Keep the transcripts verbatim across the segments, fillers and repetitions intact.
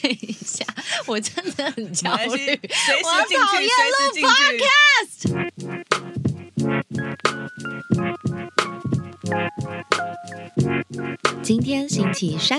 等一下，我真的很焦虑， 随时进去，随时进去。今天星期三。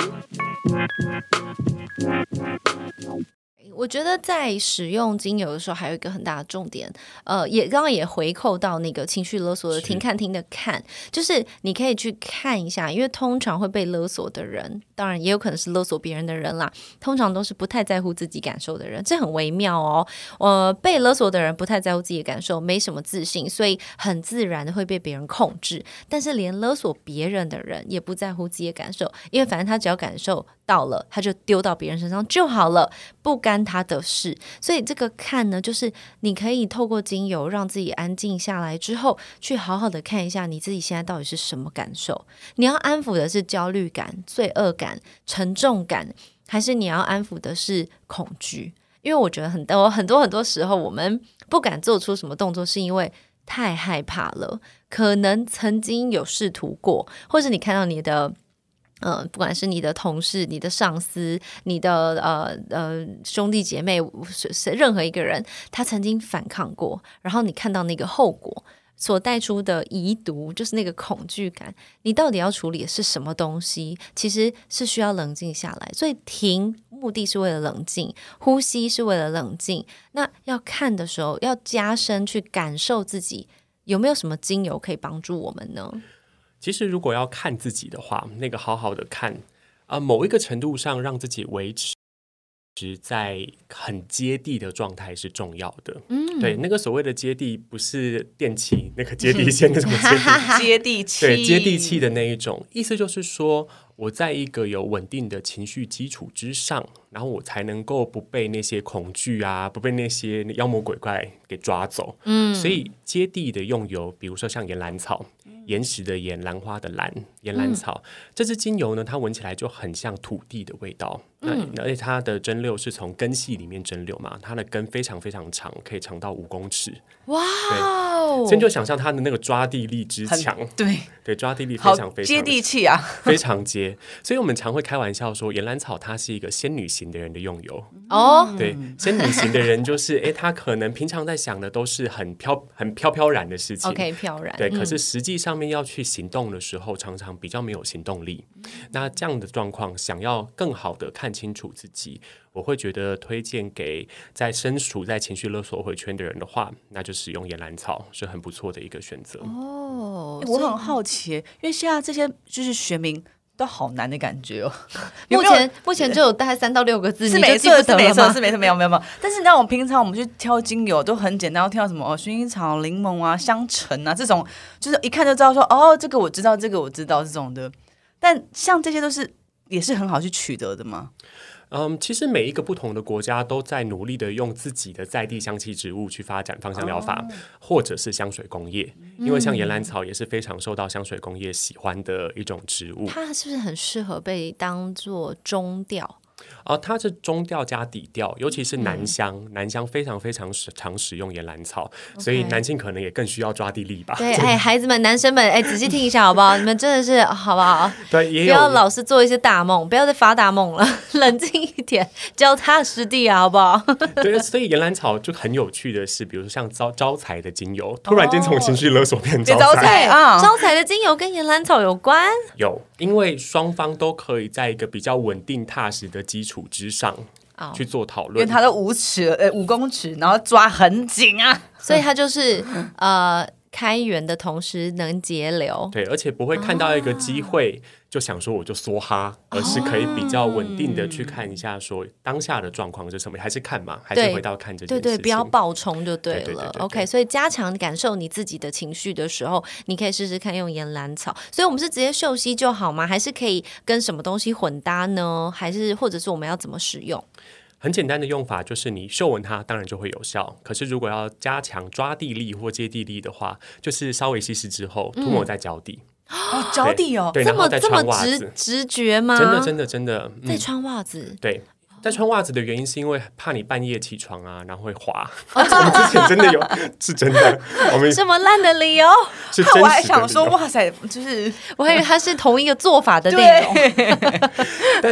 我觉得在使用精油的时候还有一个很大的重点，呃，也刚刚也回扣到那个情绪勒索的听看听的看，就是你可以去看一下，因为通常会被勒索的人，当然也有可能是勒索别人的人啦，通常都是不太在乎自己感受的人，这很微妙哦。呃，被勒索的人不太在乎自己的感受，没什么自信，所以很自然的会被别人控制，但是连勒索别人的人也不在乎自己的感受，因为反正他只要感受到了，他就丢到别人身上就好了，不干他的事。所以这个看呢，就是你可以透过精油让自己安静下来之后，去好好的看一下你自己现在到底是什么感受。你要安抚的是焦虑感、罪恶感、沉重感，还是你要安抚的是恐惧？因为我觉得很多很多很多时候我们不敢做出什么动作，是因为太害怕了，可能曾经有试图过，或是你看到你的呃，不管是你的同事、你的上司、你的呃呃兄弟姐妹，任何一个人，他曾经反抗过，然后你看到那个后果所带出的遗毒，就是那个恐惧感，你到底要处理的是什么东西？其实是需要冷静下来，所以停，目的是为了冷静，呼吸是为了冷静。那要看的时候，要加深去感受自己有没有什么精油可以帮助我们呢？ 其实如果要看自己的话，那个好好的看、呃、某一个程度上让自己维持在很接地的状态是重要的、嗯、对，那个所谓的接地不是电器那个接地线那种接地接地气， 对，接地气的那一种，意思就是说我在一个有稳定的情绪基础之上，然后我才能够不被那些恐惧啊，不被那些妖魔鬼怪给抓走。嗯，所以接地的用油，比如说像岩兰草，岩石的岩，兰花的兰，岩兰草、嗯、这支精油呢，它闻起来就很像土地的味道。嗯，而且它的蒸馏是从根系里面蒸馏嘛，它的根非常非常长，可以长到五公尺。 哇哦！ 所以就想象它的那个抓地力之强， 对对，抓地力非常非常接地气啊， 非常接。所以我们常会开玩笑说，岩兰草它是一个仙女型的人的用油哦。 对，仙女型的人就是，哎，他可能平常在想的都是很飘、很飘飘然的事情 ，OK， 飘然。 对， 嗯、 可是实际上面要去行动的时候，常常比较没有行动力。嗯、那这样的状况，想要更好的看清楚自己，我会觉得推荐给在身处在情绪勒索回圈的人的话，那就使用岩兰草是很不错的一个选择。 哦，我很好奇，因为现在这些就是学名都好难的感觉哦。 目前目前就有大概三到六个字， 是没错，是没错，是没错，没有没有没有。但是你知道，我们平常我们去挑精油都很简单，要挑什么哦，薰衣草、柠檬啊、香橙啊这种，就是一看就知道说哦，这个我知道，这个我知道这种的。但像这些都是也是很好去取得的吗？ 嗯，其实每一个不同的国家都在努力的用自己的在地香气植物去发展芳香疗法、哦、或者是香水工业、嗯、因为像岩兰草也是非常受到香水工业喜欢的一种植物。 它是不是很适合被当作中调？ 哦，它是中调加底调，尤其是男香、嗯、男香非常非常常使用岩兰草、okay. 所以男性可能也更需要抓地力吧。 对，哎，孩子们男生们，哎，仔细听一下好不好？你们真的是好不好？ 对，也有， 不要老是做一些大梦，不要再发大梦了，冷静一点，脚踏实地啊，好不好？ 对，所以岩兰草就很有趣的是，比如说像招招财的精油，突然间从情绪勒索变招财、 哦、招财啊！招财的精油跟岩兰草有关？ 有，因为双方都可以在一个比较稳定踏实的基础之上去做讨论， 因为它都五尺呃五公尺，然后抓很紧啊， 所以它就是呃开源的同时能节流， 对，而且不会看到一个机会、哦、就想说我就梭哈，而是可以比较稳定的去看一下说当下的状况是什么，还是看嘛，还是回到看这件事情， 对对，不要爆冲就对了。 对对对对对 OK， 所以加强感受你自己的情绪的时候，你可以试试看用岩兰草。所以我们是直接嗅吸就好吗？还是可以跟什么东西混搭呢？还是或者是我们要怎么使用？ 很简单的用法就是你嗅闻它当然就会有效，可是如果要加强抓地力或接地力的话，就是稍微稀释之后涂抹在脚底、 嗯、哦，脚底哦， 对，然后再穿袜子。 这么直觉吗？ 真的真的真的、 嗯、在穿袜子， 对，在穿袜子的原因是因为怕你半夜起床啊，然后会滑。我们之前真的有，是真的。我们这么烂的理由， 是真实的理由。 我还想说，哇塞，就是我还以为它是同一个做法的内容。 但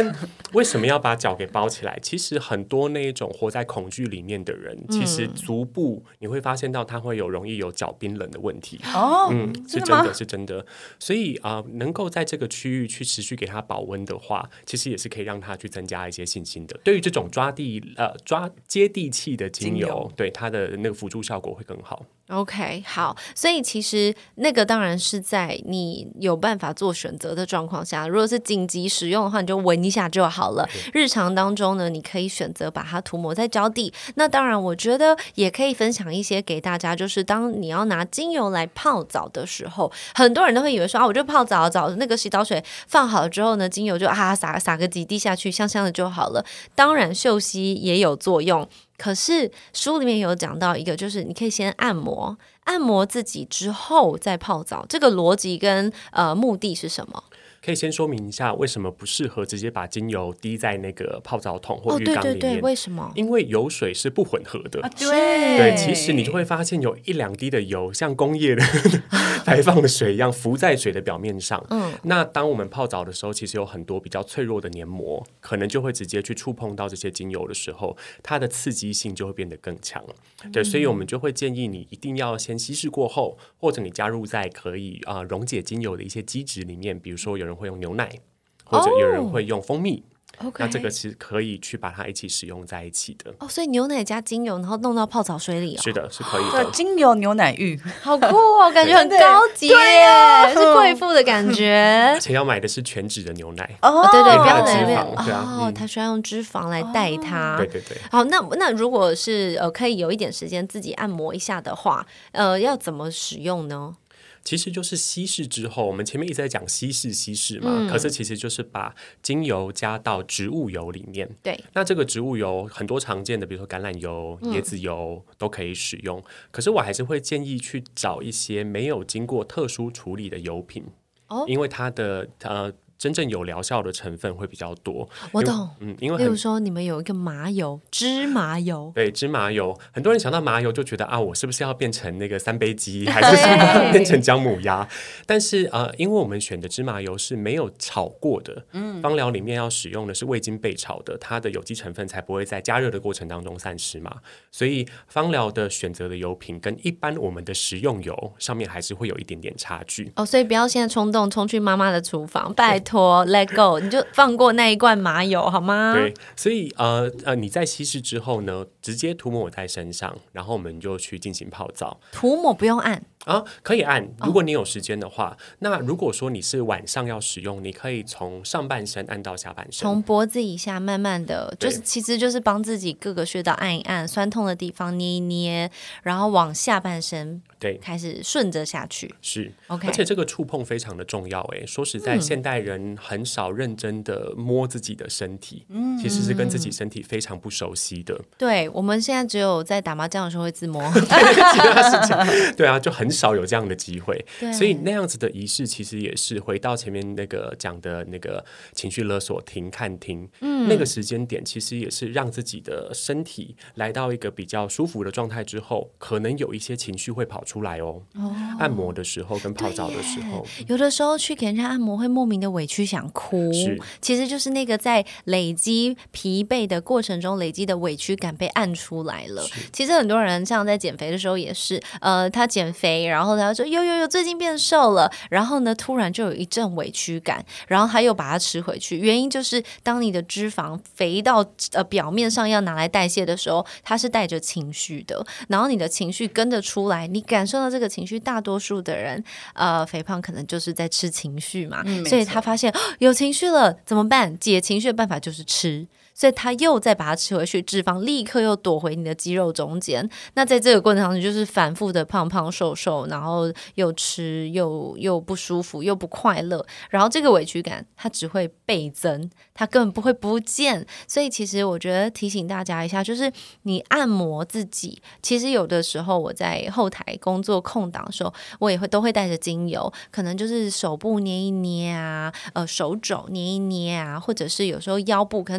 为什么要把脚给包起来？其实很多那一种活在恐惧里面的人，其实足部你会发现到他会有容易有脚冰冷的问题。 哦， 嗯，是真的吗真的是真的。所以啊、呃，能够在这个区域去持续给他保温的话，其实也是可以让他去增加一些信心的。对于这种抓地呃抓接地气的精油， 精油对它的那个辅助效果会更好。 OK， 好，所以其实那个当然是在你有办法做选择的状况下，如果是紧急使用的话，你就闻一下就好了。日常当中呢，你可以选择把它涂抹在脚底。那当然，我觉得也可以分享一些给大家，就是当你要拿精油来泡澡的时候，很多人都会以为说啊，我就泡澡，澡那个洗澡水放好了之后呢，精油就啊撒撒个几滴下去，香香的就好了。当然，嗅吸也有作用。可是书里面有讲到一个，就是你可以先按摩，按摩自己之后再泡澡，这个逻辑跟呃目的是什么？ 可以先说明一下为什么不适合直接把精油滴在那个泡澡桶或哦， 浴缸里面？ 对对对，为什么？ 因为油水是不混合的。 啊、对对，其实你就会发现有一两滴的油，像工业的排放的水一样浮在水的表面上。嗯，那当我们泡澡的时候，其实有很多比较脆弱的黏膜，可能就会直接去触碰到这些精油的时候，它的刺激性就会变得更强。对，所以我们就会建议你一定要先稀释过后，或者你加入在可以啊、呃、溶解精油的一些基质里面，比如说有人会用牛奶，或者有人会用蜂蜜。 Okay. 那这个是可以去把它一起使用在一起的哦，所以牛奶加精油，然后弄到泡澡水里哦。 是的，是可以的。 精油牛奶浴， 好酷哦，感觉很高级耶，是贵妇的感觉。 而且要买的是全脂的牛奶哦，对对，不要脂在那边肪，对啊， 哦， 嗯他需要用脂肪来带它。 对对对。 好，那那如果是呃可以有一点时间自己按摩一下的话，呃，要怎么使用呢？ 其实就是稀释之后，我们前面一直在讲稀释稀释嘛、嗯，可是其实就是把精油加到植物油里面。 对， 那这个植物油很多常见的，比如说橄榄油、椰子油、嗯、都可以使用。可是我还是会建议去找一些没有经过特殊处理的油品，哦、因为它的呃。真正有疗效的成分会比较多。 我懂， 嗯，因为例如说你们有一个麻油，芝麻油， 对，芝麻油，很多人想到麻油就觉得啊，我是不是要变成那个三杯鸡，还是什么变成姜母鸭？但是呃，因为我们选的芝麻油是没有炒过的，嗯，芳疗里面要使用的是未经焙炒的，它的有机成分才不会在加热的过程当中散失嘛。所以芳疗的选择的油品跟一般我们的食用油上面还是会有一点点差距。 哦，所以不要现在冲动冲去妈妈的厨房，拜托。Let go， 你就放过那一罐麻油好吗？ 对，所以呃呃，你在稀释之后呢，直接涂抹在身上，然后我们就去进行泡澡。 涂抹不用按啊，可以按。如果你有时间的话，哦、那如果说你是晚上要使用，你可以从上半身按到下半身， 从脖子以下慢慢的，就是其实就是帮自己各个穴道按一按，酸痛的地方捏一捏，然后往下半身对开始顺着下去。 是 OK， 而且这个触碰非常的重要。哎，说实在、嗯，现代人很少认真的摸自己的身体，嗯，其实是跟自己身体非常不熟悉的。 对，我们现在只有在打麻将的时候会自摸， 其他事情对啊，就很少有这样的机会。所以那样子的仪式其实也是回到前面那个讲的那个情绪勒索停看听、嗯、那个时间点，其实也是让自己的身体来到一个比较舒服的状态之后，可能有一些情绪会跑出来 哦, 哦按摩的时候跟泡澡的时候， 有的时候去给人家按摩会莫名的委屈想哭，其实就是那个在累积疲惫的过程中累积的委屈感被按出来了。其实很多人像在减肥的时候也是呃，他减肥然后他说有有有最近变瘦了，然后呢突然就有一阵委屈感，然后他又把它吃回去，原因就是当你的脂肪肥到呃表面上要拿来代谢的时候，它是带着情绪的，然后你的情绪跟着出来，你感受到这个情绪，大多数的人呃肥胖可能就是在吃情绪嘛、嗯、所以他发现、哦、有情绪了怎么办？解情绪的办法就是吃，所以他又再把它吃回去，脂肪立刻又躲回你的肌肉中间，那在这个过程当中就是反复的胖胖瘦瘦，然后又吃又又不舒服又不快乐，然后这个委屈感它只会倍增，它根本不会不见。所以其实我觉得提醒大家一下，就是你按摩自己，其实有的时候我在后台工作空档的时候，我也会都会带着精油，可能就是手部捏一捏啊，呃手肘捏一捏啊，或者是有时候腰部可能涂一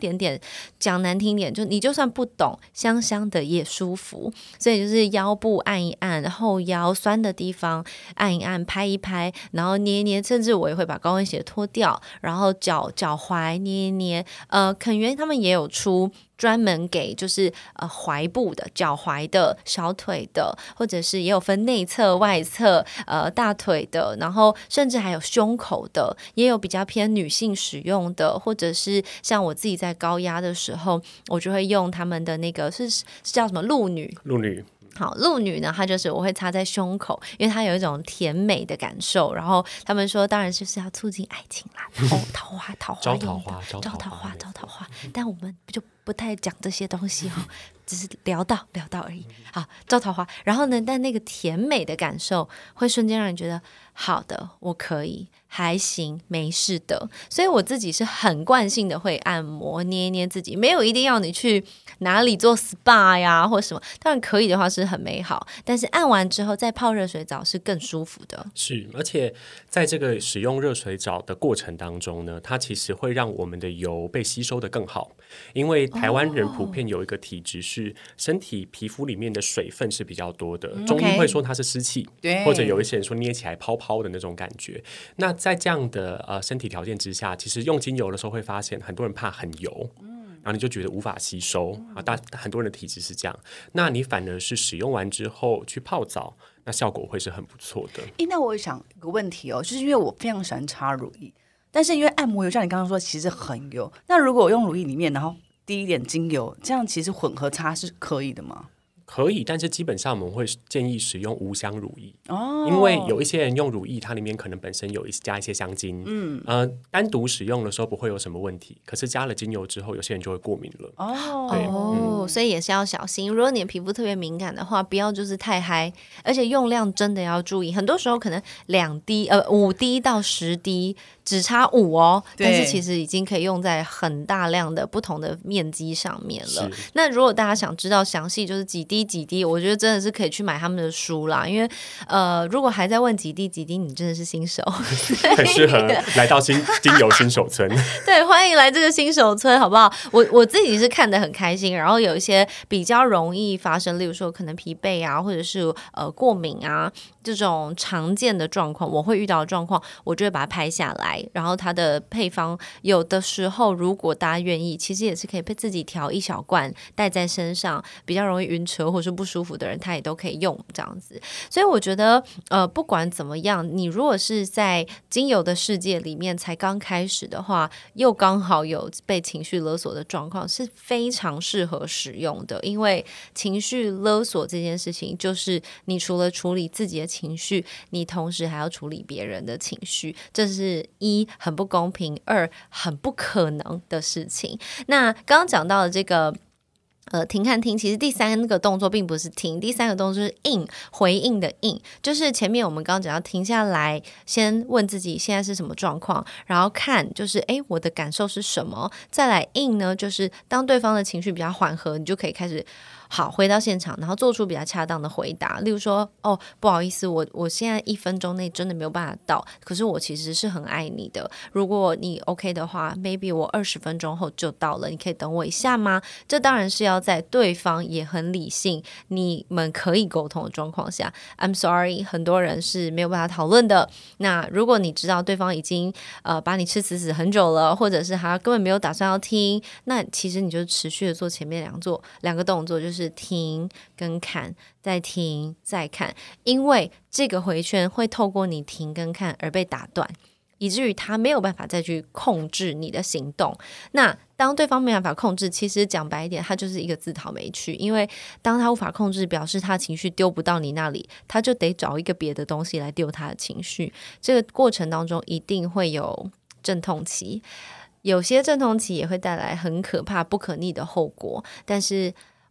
点点，讲难听点，就你就算不懂，香香的也舒服。所以就是腰部按一按，后腰酸的地方按一按，拍一拍，然后捏一捏，甚至我也会把高跟鞋脱掉，然后脚脚踝捏一捏。呃，肯源他们也有出专门给就是呃踝部的、脚踝的、小腿的，或者是也有分内侧、外侧、呃大腿的，然后甚至还有胸口的，也有比较偏女性使用的，或者是像我自己在高压的时候，我就会用他们的那个是是叫什么鹿女， 鹿女。 好，鹿女呢，它就是我会插在胸口，因为它有一种甜美的感受。然后他们说，当然就是要促进爱情啦，桃桃花、桃花招用的， 桃花， 招招桃花， 没错招桃花。但我们就不太讲这些东西哦，只是聊到聊到而已。好，招桃花。然后呢，但那个甜美的感受会瞬间让你觉得，好的，我可以，还行，没事的。所以我自己是很惯性的会按摩，捏一捏自己，没有一定要你去哪里做 S P A 呀或什么。当然可以的话是很美好，但是按完之后再泡热水澡是更舒服的。 是，而且在这个使用热水澡的过程当中呢，它其实会让我们的油被吸收的更好。因为台湾人普遍有一个体质是身体皮肤里面的水分是比较多的，中医会说它是湿气， 对， 或者有一些人说捏起来泡泡的那种感觉。那在这样的呃身体条件之下，其实用精油的时候会发现很多人怕很油，然后你就觉得无法吸收啊，大很多人的体质是这样。那你反而是使用完之后去泡澡，那效果会是很不错的。 诶，那我想有个问题哦，就是因为我非常喜欢擦乳液，但是因为按摩油像你刚刚说其实很油，那如果我用乳液里面然后滴一点精油，这样其实混合擦是可以的吗？ 可以，但是基本上我们会建议使用无香乳液， 哦， 因为有一些人用乳液，它里面可能本身有一加一些香精，嗯，呃，单独使用的时候不会有什么问题，可是加了精油之后，有些人就会过敏了。 哦， 对哦、嗯，所以也是要小心。如果你的皮肤特别敏感的话，不要就是太嗨，而且用量真的要注意。很多时候可能两滴呃五滴到十滴，只差五哦，但是其实已经可以用在很大量的不同的面积上面了。那如果大家想知道详细就是几滴几滴，我觉得真的是可以去买他们的书啦，因为呃，如果还在问几滴几滴，你真的是新手， 很适合来到新精油新手村。 对，欢迎来这个新手村，好不好？我我自己是看得很开心，然后有一些比较容易发生，例如说可能疲惫啊，或者是呃过敏啊这种常见的状况，我会遇到的状况，我就会把它拍下来，然后它的配方有的时候如果大家愿意，其实也是可以被自己调一小罐带在身上，比较容易晕车或是不舒服的人，他也都可以用这样子。所以我觉得呃不管怎么样，你如果是在精油的世界里面才刚开始的话，又刚好有被情绪勒索的状况，是非常适合使用的。因为情绪勒索这件事情，就是你除了处理自己的情绪，你同时还要处理别人的情绪，这是一很不公平，二很不可能的事情。那刚刚讲到的这个呃，停看听，其实第三个动作并不是听，第三个动作是应，回应的应，就是前面我们刚刚讲要停下来，先问自己现在是什么状况，然后看就是诶我的感受是什么，再来应呢，就是当对方的情绪比较缓和，你就可以开始好回到现场，然后做出比较恰当的回答，例如说哦不好意思，我我现在一分钟内真的没有办法到，可是我其实是很爱你的，如果你 OK 的话 maybe 我二十分钟后就到了，你可以等我一下吗？这当然是要在对方也很理性，你们可以沟通的状况下。 I'm sorry， 很多人是没有办法讨论的。那如果你知道对方已经呃把你吃死死很久了，或者是他根本没有打算要听，那其实你就持续的做前面两做两个动作，就是停跟看，再停再看，因为这个回圈会透过你停跟看而被打断，以至于他没有办法再去控制你的行动。那当对方没办法控制，其实讲白一点，他就是一个自讨没趣，因为当他无法控制，表示他情绪丢不到你那里，他就得找一个别的东西来丢他的情绪。这个过程当中一定会有阵痛期，有些阵痛期也会带来很可怕不可逆的后果，但是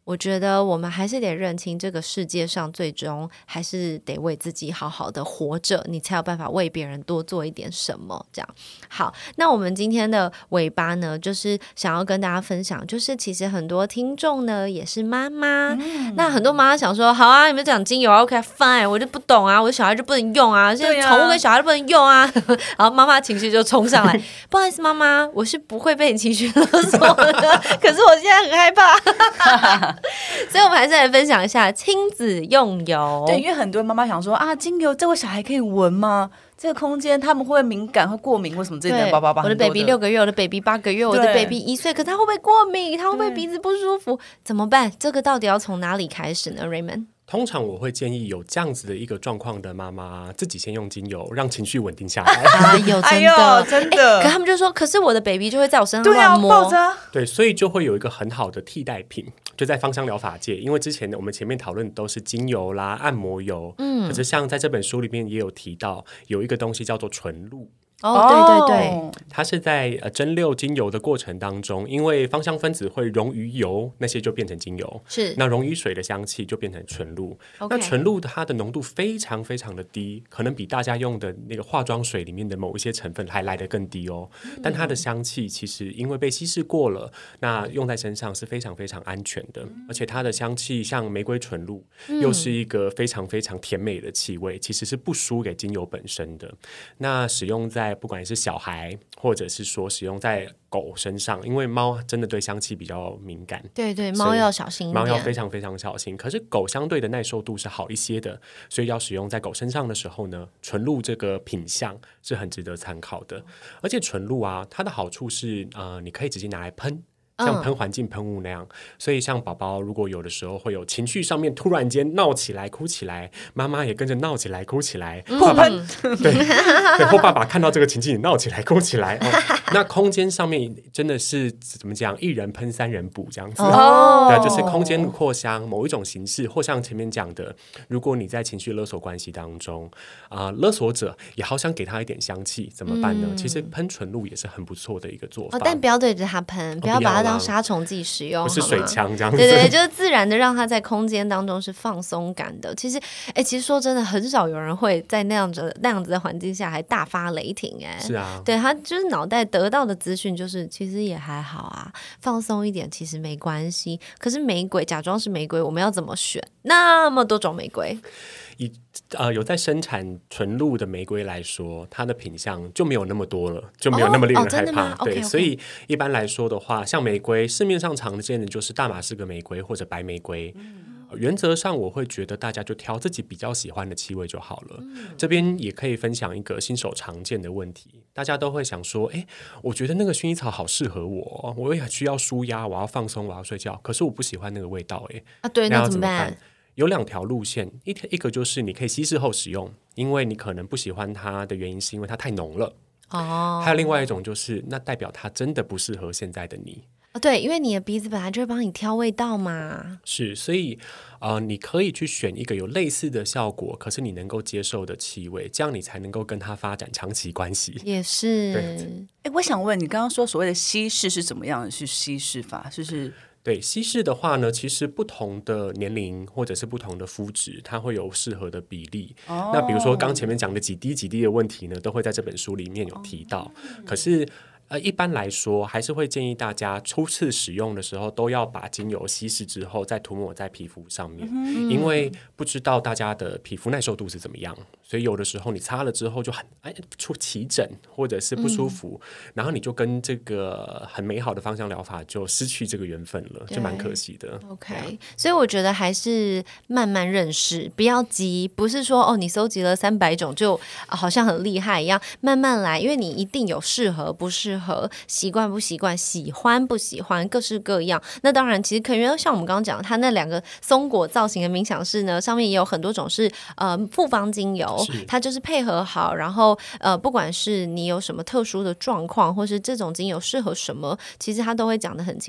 我觉得我们还是得认清这个世界上最终还是得为自己好好的活着，你才有办法为别人多做一点什么这样。好，那我们今天的尾巴呢，就是想要跟大家分享，就是其实很多听众呢也是妈妈、嗯、那很多妈妈想说好啊，你们讲精油 OK fine， 我就不懂啊，我的小孩就不能用啊，现在宠物跟小孩就不能用啊，然后妈妈情绪就冲上来不好意思妈妈，我是不会被你情绪勒索的可是我现在很害怕所以我们还是来分享一下亲子用油。 对，因为很多妈妈想说啊，精油这位小孩可以闻吗？这个空间他们会不会敏感会过敏，为什么这点叭叭叭？ 我的 baby 六个月，我的 baby 八个月，我的 baby 一岁，可是他会不会过敏？他会不会鼻子不舒服？怎么办？这个到底要从哪里开始呢 Raymond？ 通常我会建议有这样子的一个状况的妈妈，自己先用精油让情绪稳定下来。 哎呦，真的， 哎呦真的、 欸。可他们就说，可是我的 baby 就会在我身上乱摸， 对啊，抱着啊。 对，所以就会有一个很好的替代品，就在芳香疗法界。因为之前我们前面讨论的都是精油啦、按摩油，嗯，可是像在这本书里面也有提到，有一个东西叫做纯露。 哦，对对对， 它是在呃蒸馏精油的过程当中，因为芳香分子会溶于油，那些就变成精油， 是那溶于水的香气就变成纯露。Okay. 那纯露它的浓度非常非常的低，可能比大家用的那个化妆水里面的某一些成分还来得更低哦。嗯、但它的香气其实因为被稀释过了，那用在身上是非常非常安全的，嗯、而且它的香气像玫瑰纯露，嗯、又是一个非常非常甜美的气味，其实是不输给精油本身的。那使用在不管是小孩或者是说使用在狗身上，因为猫真的对香气比较敏感， 对对，猫要小心一点， 猫要非常非常小心。可是狗相对的耐受度是好一些的，所以要使用在狗身上的时候呢，纯露这个品相是很值得参考的。而且纯露啊，它的好处是呃，你可以直接拿来喷，像喷环境喷雾那样、嗯、所以像宝宝如果有的时候会有情绪上面突然间闹起来哭起来，妈妈也跟着闹起来哭起来， 互喷、 嗯、对, 对或爸爸看到这个情境闹起来哭起来、哦、那空间上面真的是怎么讲，一人喷三人补这样子、哦、对，就是空间扩香某一种形式，或像前面讲的，如果你在情绪勒索关系当中、呃、勒索者也好想给他一点香气怎么办呢、嗯、其实喷纯露也是很不错的一个做法、哦、 但不要对着他喷，不要把它当杀虫剂使用， 不是水枪这样子， 对对，就是自然的让它在空间当中是放松感的。其实，哎，其实说真的，很少有人会在那样子那样子的环境下还大发雷霆，哎， 是啊， 对，他就是脑袋得到的资讯就是其实也还好啊，放松一点其实没关系。可是玫瑰假装是玫瑰，我们要怎么选？那么多种玫瑰。 以呃有在生产纯露的玫瑰来说，它的品相就没有那么多了，就没有那么令人害怕、哦哦、对、okay, okay. 所以一般来说的话，像玫瑰市面上常见的就是大马士革玫瑰或者白玫瑰、嗯呃、原则上我会觉得大家就挑自己比较喜欢的气味就好了、嗯、这边也可以分享一个新手常见的问题，大家都会想说，哎，我觉得那个薰衣草好适合我，我也需要舒压，我要放松，我要睡觉，可是我不喜欢那个味道，哎， 啊对，那要怎么办？ 有两条路线， 一, 一个就是你可以稀释后使用，因为你可能不喜欢它的原因是因为它太浓了、哦、还有另外一种就是那代表它真的不适合现在的你、 哦、对，因为你的鼻子本来就会帮你挑味道嘛， 是，所以、呃、你可以去选一个有类似的效果可是你能够接受的气味，这样你才能够跟它发展长期关系。 也是， 对，我想问你刚刚说所谓的稀释是怎么样的去稀释法，就是对，稀释的话呢，其实不同的年龄或者是不同的肤质，它会有适合的比例、哦、那比如说刚前面讲的几滴几滴的问题呢，都会在这本书里面有提到、哦、可是呃，一般来说还是会建议大家初次使用的时候都要把精油稀释之后再涂抹在皮肤上面、嗯、因为不知道大家的皮肤耐受度是怎么样，所以有的时候你擦了之后就很哎出起疹或者是不舒服、嗯、然后你就跟这个很美好的芳香疗法就失去这个缘分了，就蛮可惜的。 OK， 所以我觉得还是慢慢认识，不要急，不是说哦你搜集了三百种就、啊、好像很厉害一样，慢慢来，因为你一定有适合不适合，习惯不习惯，喜欢不喜欢，各式各样。那当然其实可以像我们刚刚讲的，它那两个松果造型的冥想室呢，上面也有很多种是呃复方精油，它就是配合好，然后呃不管是你有什么特殊的状况或是这种精油适合什么，其实它都会讲得很清楚。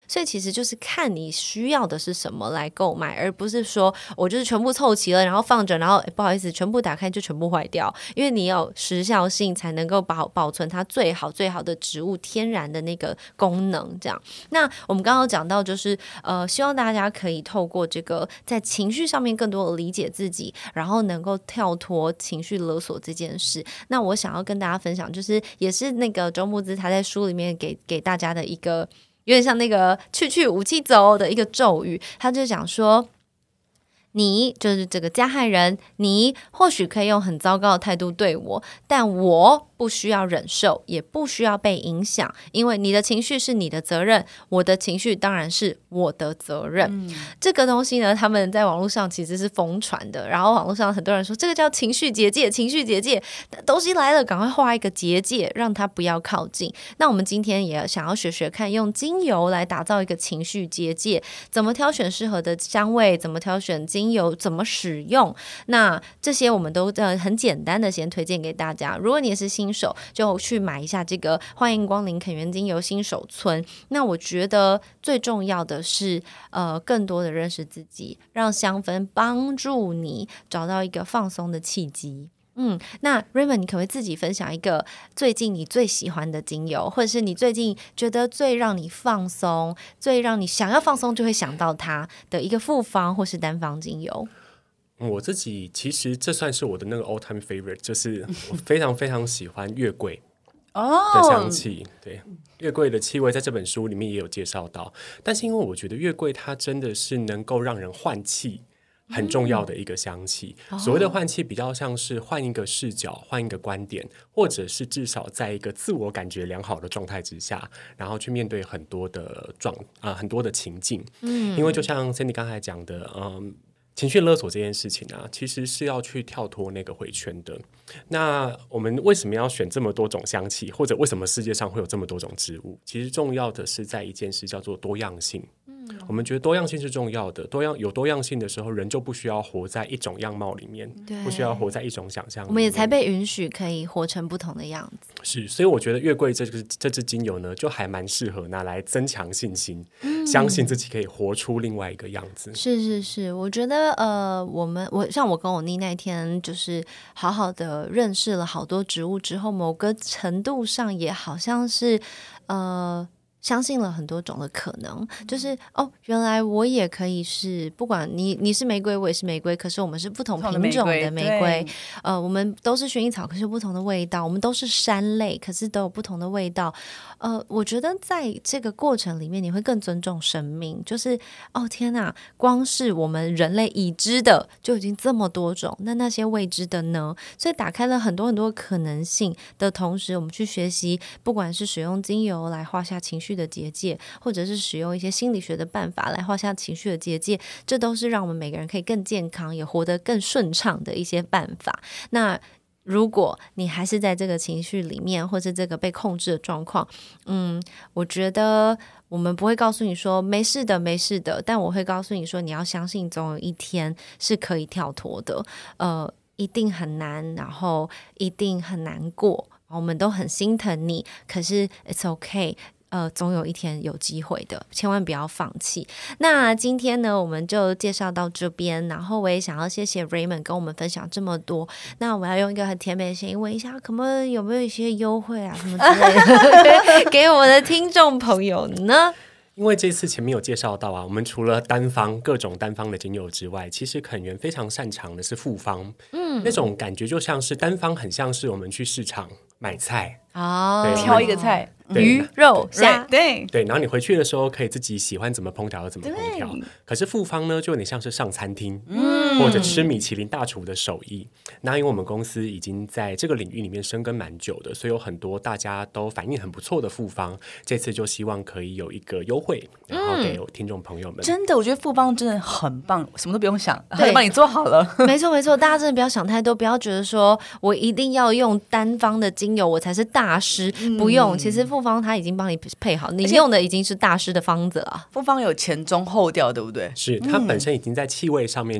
所以其实就是看你需要的是什么来购买，而不是说我就是全部凑齐了然后放着，然后不好意思全部打开就全部坏掉，因为你有时效性才能够保保存它最好最好的植物天然的那个功能。这样，那我们刚刚讲到就是呃，希望大家可以透过这个在情绪上面更多的理解自己，然后能够跳脱情绪勒索这件事。那我想要跟大家分享，就是也是那个周慕姿他在书里面给给大家的一个有点像那个去去武器走的一个咒语，他就讲说，你就是这个加害人，你或许可以用很糟糕的态度对我，但我不需要忍受，也不需要被影响，因为你的情绪是你的责任，我的情绪当然是我的责任。嗯、这个东西呢，他们在网络上其实是疯传的，然后网络上很多人说这个叫情绪结界，情绪结界，东西来了赶快画一个结界，让它不要靠近。那我们今天也想要学学看，用精油来打造一个情绪结界，怎么挑选适合的香味，怎么挑选精油，怎么使用，那这些我们都呃很简单的先推荐给大家。如果你也是新手，就去买一下这个欢迎光临肯源精油新手村。那我觉得最重要的是呃更多的认识自己，让香氛帮助你找到一个放松的契机。嗯，那 Raymond 你可不可以自己分享一个最近你最喜欢的精油，或者是你最近觉得最让你放松，最让你想要放松就会想到它的一个复方或是单方精油？ 我自己其实这算是我的那个 all time favorite， 就是我非常非常喜欢月桂的香气。oh. 对，月桂的气味在这本书里面也有介绍到，但是因为我觉得月桂它真的是能够让人换气很重要的一个香气、嗯、所谓的换气比较像是换一个视角，换一个观点，或者是至少在一个自我感觉良好的状态之下，然后去面对很多的状、呃、很多的情境、嗯、因为就像 Sandy 刚才讲的嗯情绪勒索这件事情啊，其实是要去跳脱那个回圈的。那我们为什么要选这么多种香气，或者为什么世界上会有这么多种植物？其实重要的是在一件事叫做多样性。嗯、我们觉得多样性是重要的，多样有多样性的时候，人就不需要活在一种样貌里面，不需要活在一种想象里面， 我们也才被允许可以活成不同的样子。 是，所以我觉得月桂这个这支精油呢，就还蛮适合拿来增强信心、嗯，相信自己可以活出另外一个样子。 是是是，我觉得呃，我们我像我跟我妮那天就是好好的认识了好多植物之后，某个程度上也好像是呃。相信了很多种的可能，就是哦，原来我也可以是，不管你你是玫瑰，我也是玫瑰，可是我们是不同品种的玫瑰，呃，我们都是薰衣草，可是有不同的味道，我们都是山类，可是都有不同的味道。呃，我觉得在这个过程里面，你会更尊重生命，就是哦天哪，光是我们人类已知的就已经这么多种，那那些未知的呢？所以打开了很多很多可能性的同时，我们去学习，不管是使用精油来画下情绪的结界，或者是使用一些心理学的办法来画下情绪的结界，这都是让我们每个人可以更健康也活得更顺畅的一些办法。那如果你还是在这个情绪里面，或是这个被控制的状况，嗯，我觉得我们不会告诉你说没事的没事的，但我会告诉你说你要相信总有一天是可以跳脱的，呃，一定很难，然后一定很难过，我们都很心疼你，可是 it's okay，呃，总有一天有机会的，千万不要放弃。那今天呢，我们就介绍到这边，然后我也想要谢谢 Raymond 跟我们分享这么多。那我要用一个很甜美的声音问一下，可不可以有没有一些优惠啊什么之类的给我的听众朋友呢？ 因为这次前面有介绍到啊，我们除了单方各种单方的精油之外，其实肯源非常擅长的是复方，嗯，那种感觉就像是单方，很像是我们去市场买菜哦， 挑一个菜， 鱼肉虾， 对对，然后你回去的时候可以自己喜欢怎么烹调就怎么烹调。可是复方呢，就有点像是上餐厅、嗯、或者吃米其林大厨的手艺。那因为我们公司已经在这个领域里面深耕蛮久的，所以有很多大家都反应很不错的复方，这次就希望可以有一个优惠，然后给听众朋友们、嗯、 真的我觉得复方真的很棒，什么都不用想，他就帮你做好了。 没错没错，大家真的不要想太多，不要觉得说我一定要用单方的精油我才是大师、嗯、不用，其实复方它已经帮你配好，你用的已经是大师的方子了。 复方有前中后调对不对？ 是，它本身已经在气味上面就已经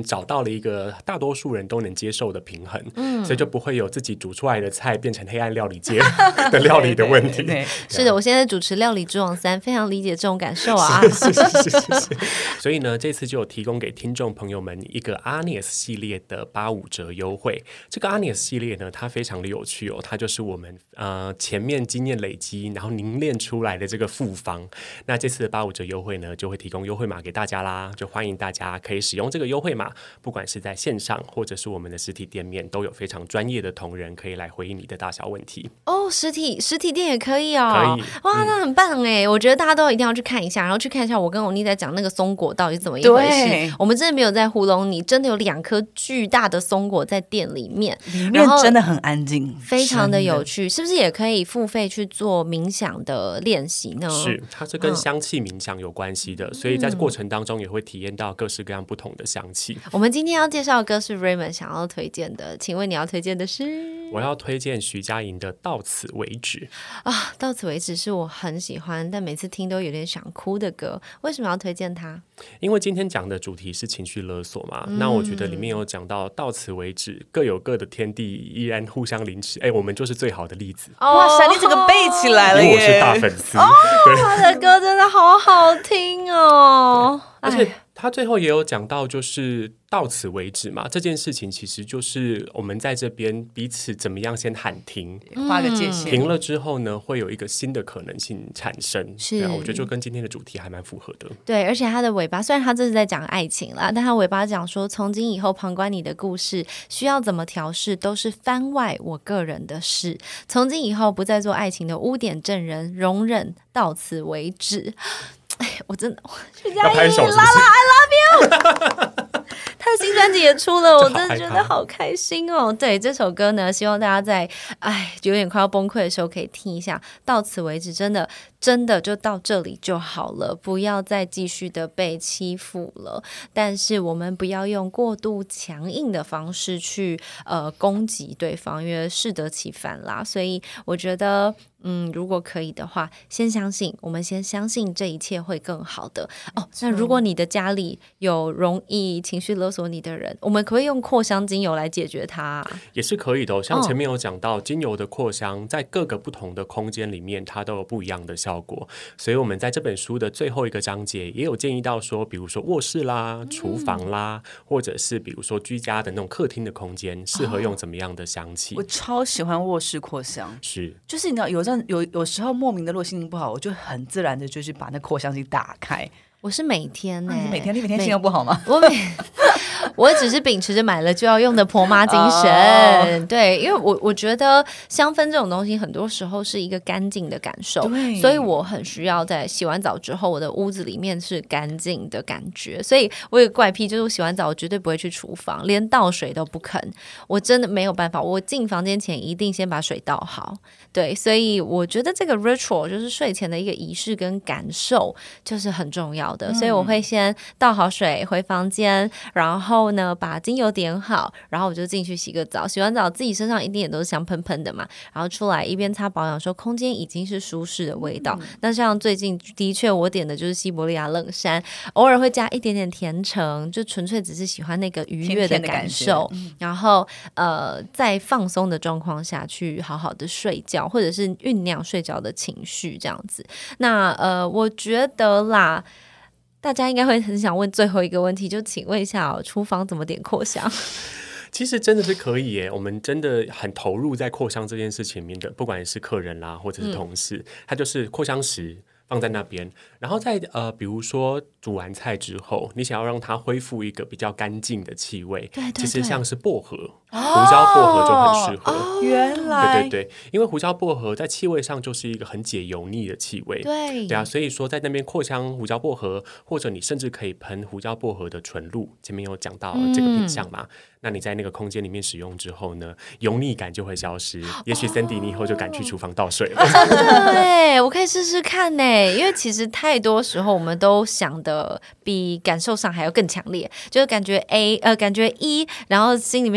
找到了一个大多数人都能接受的平衡，嗯，所以就不会有自己煮出来的菜变成黑暗料理界的料理的问题。对对对， 是的，我现在主持《料理之王三》，非常理解这种感受啊。 是是是是是是。所以呢，这次就有提供给听众朋友们一个 Arnius 系列的八五折优惠。这个 Arnius 系列呢，它非常的有趣哦，它就是我们呃前面经验累积，然后凝练出来的这个复方。那这次的八五折优惠呢，就会提供优惠码给大家啦，就欢迎大家可以使用这个优惠码，不管是在线上或者是我们的实体店面，都有非常专业的同仁可以来回应你的大小问题。 哦，实体实体店也可以哦， 可以， 哇，那很棒哎！我觉得大家都一定要去看一下，然后去看一下我跟欧尼在讲那个松果到底是怎么一回事。我们真的没有在糊弄你，真的有两颗巨大的松果在店里面， 里面真的很安静， 非常的有趣。是不是也可以付费去做冥想的练习呢？ 是，它是跟香气冥想有关系的，嗯、所以在过程当中也会体验到各式各样不同的香气。 我们今天要介绍的歌是 Raymond 想要推荐的，请问你要推荐的是？ 我要推荐徐佳莹的《到此为止》 啊，到此为止是我很喜欢，但每次听都有点想哭的歌。为什么要推荐它？ 因为今天讲的主题是情绪勒索嘛，嗯、那我觉得里面有讲到到此为止，各有各的天地，依然互相凌迟。哎，我们就是最好的例子。 哦、哇塞，你整个背起来了耶！ 因为我是大粉丝。 哦，他的歌真的好好听哦， 而且他最后也有讲到，就是到此为止嘛，这件事情其实就是我们在这边彼此怎么样先喊停， 画个界限， 停了之后呢，会有一个新的可能性产生。 是、 啊，我觉得就跟今天的主题还蛮符合的。 对，而且他的尾巴，虽然他这是在讲爱情啦，但他尾巴讲说，从今以后旁观你的故事，需要怎么调试，都是番外我个人的事。从今以后不再做爱情的污点证人，容忍到此为止。哎，我真的，徐佳莹， 拍手是不是拉拉 I love you 他的新专辑也出了，我真的觉得好开心哦。对，这首歌呢，希望大家在哎有点快要崩溃的时候可以听一下。到此为止，真的真的就到这里就好了，不要再继续的被欺负了。但是我们不要用过度强硬的方式去呃攻击对方，因为适得其反啦。所以我觉得嗯，如果可以的话，先相信，我们先相信这一切会更好的哦。那如果你的家里有容易情绪勒索你的人，我们可不可以用扩香精油来解决它、啊？也是可以的、哦。像前面有讲到，哦、精油的扩香在各个不同的空间里面，它都有不一样的效果。所以我们在这本书的最后一个章节也有建议到说，比如说卧室啦、嗯、厨房啦，或者是比如说居家的那种客厅的空间，适合用怎么样的香气？ 哦、我超喜欢卧室扩香， 是， 就是你知道有这有有时候莫名的，如果心情不好，我就很自然的就去把那扩香机打开。 我是每天呢、欸啊， 你每天你每天心情不好吗？ 我每我只是秉持着买了就要用的婆妈精神， oh. 对，因为我我觉得香氛这种东西，很多时候是一个干净的感受，所以我很需要在洗完澡之后，我的屋子里面是干净的感觉。所以我有个怪癖，就是我洗完澡我绝对不会去厨房，连倒水都不肯，我真的没有办法。我进房间前一定先把水倒好，对，所以我觉得这个 ritual 就是睡前的一个仪式跟感受，就是很重要。所以我会先倒好水回房间，然后呢把精油点好，然后我就进去洗个澡。洗完澡自己身上一定也都是香喷喷的嘛，然后出来一边擦保养的时候，空间已经是舒适的味道、嗯、那像最近的确我点的就是西伯利亚冷杉，偶尔会加一点点甜橙，就纯粹只是喜欢那个愉悦的感受，甜甜的感觉、嗯、然后呃在放松的状况下去好好的睡觉，或者是酝酿睡觉的情绪这样子。那呃我觉得啦，大家应该会很想问最后一个问题，就请问一下、哦、厨房怎么点扩香？ 其实真的是可以耶，我们真的很投入在扩香这件事情里面的，不管是客人啦或者是同事、嗯、他就是扩香石放在那边，然后在呃，比如说煮完菜之后，你想要让它恢复一个比较干净的气味， 对对对， 其实像是薄荷、哦、胡椒薄荷就很适合、 哦、原来对对对，因为胡椒薄荷在气味上就是一个很解油腻的气味， 对对啊，所以说在那边扩香胡椒薄荷，或者你甚至可以喷胡椒薄荷的纯露，前面有讲到这个品项嘛、嗯，那你在那个空间里面使用之后呢，油腻感就会消失，也许 Sandy 你以后就敢去厨房倒水了。 对，我可以试试看耶，因为其实太多时候我们都想的比感受上还要更强烈，就是感觉 A 呃感觉一，然后心里面想象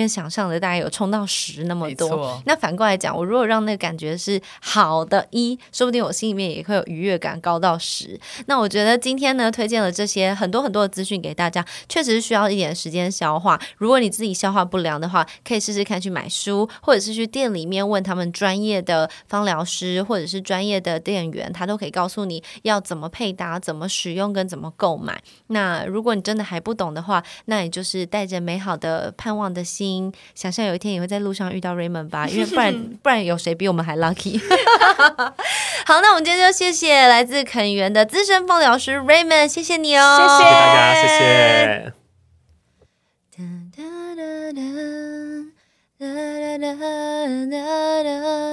上的大概有冲到十那么多。 没错， 那反过来讲，我如果让那个感觉是好的一，说不定我心里面也会有愉悦感高到十。那我觉得今天呢推荐了这些很多很多的资讯给大家，确实是需要一点时间消化。如果你自己消化不良的话，可以试试看去买书，或者是去店里面问他们专业的芳疗师或者是专业的店员，他都可以告诉你要怎么配搭、怎么使用跟怎么购买。那如果你真的还不懂的话，那你就是带着美好的盼望的心，想象有一天也会在路上遇到 Raymond 吧，因为不然不然有谁比我们还 lucky 好，那我们今天就谢谢来自肯园的资深芳疗师 Raymond， 谢谢你哦， 谢谢谢谢大家，谢谢。 哒哒哒哒哒哒哒哒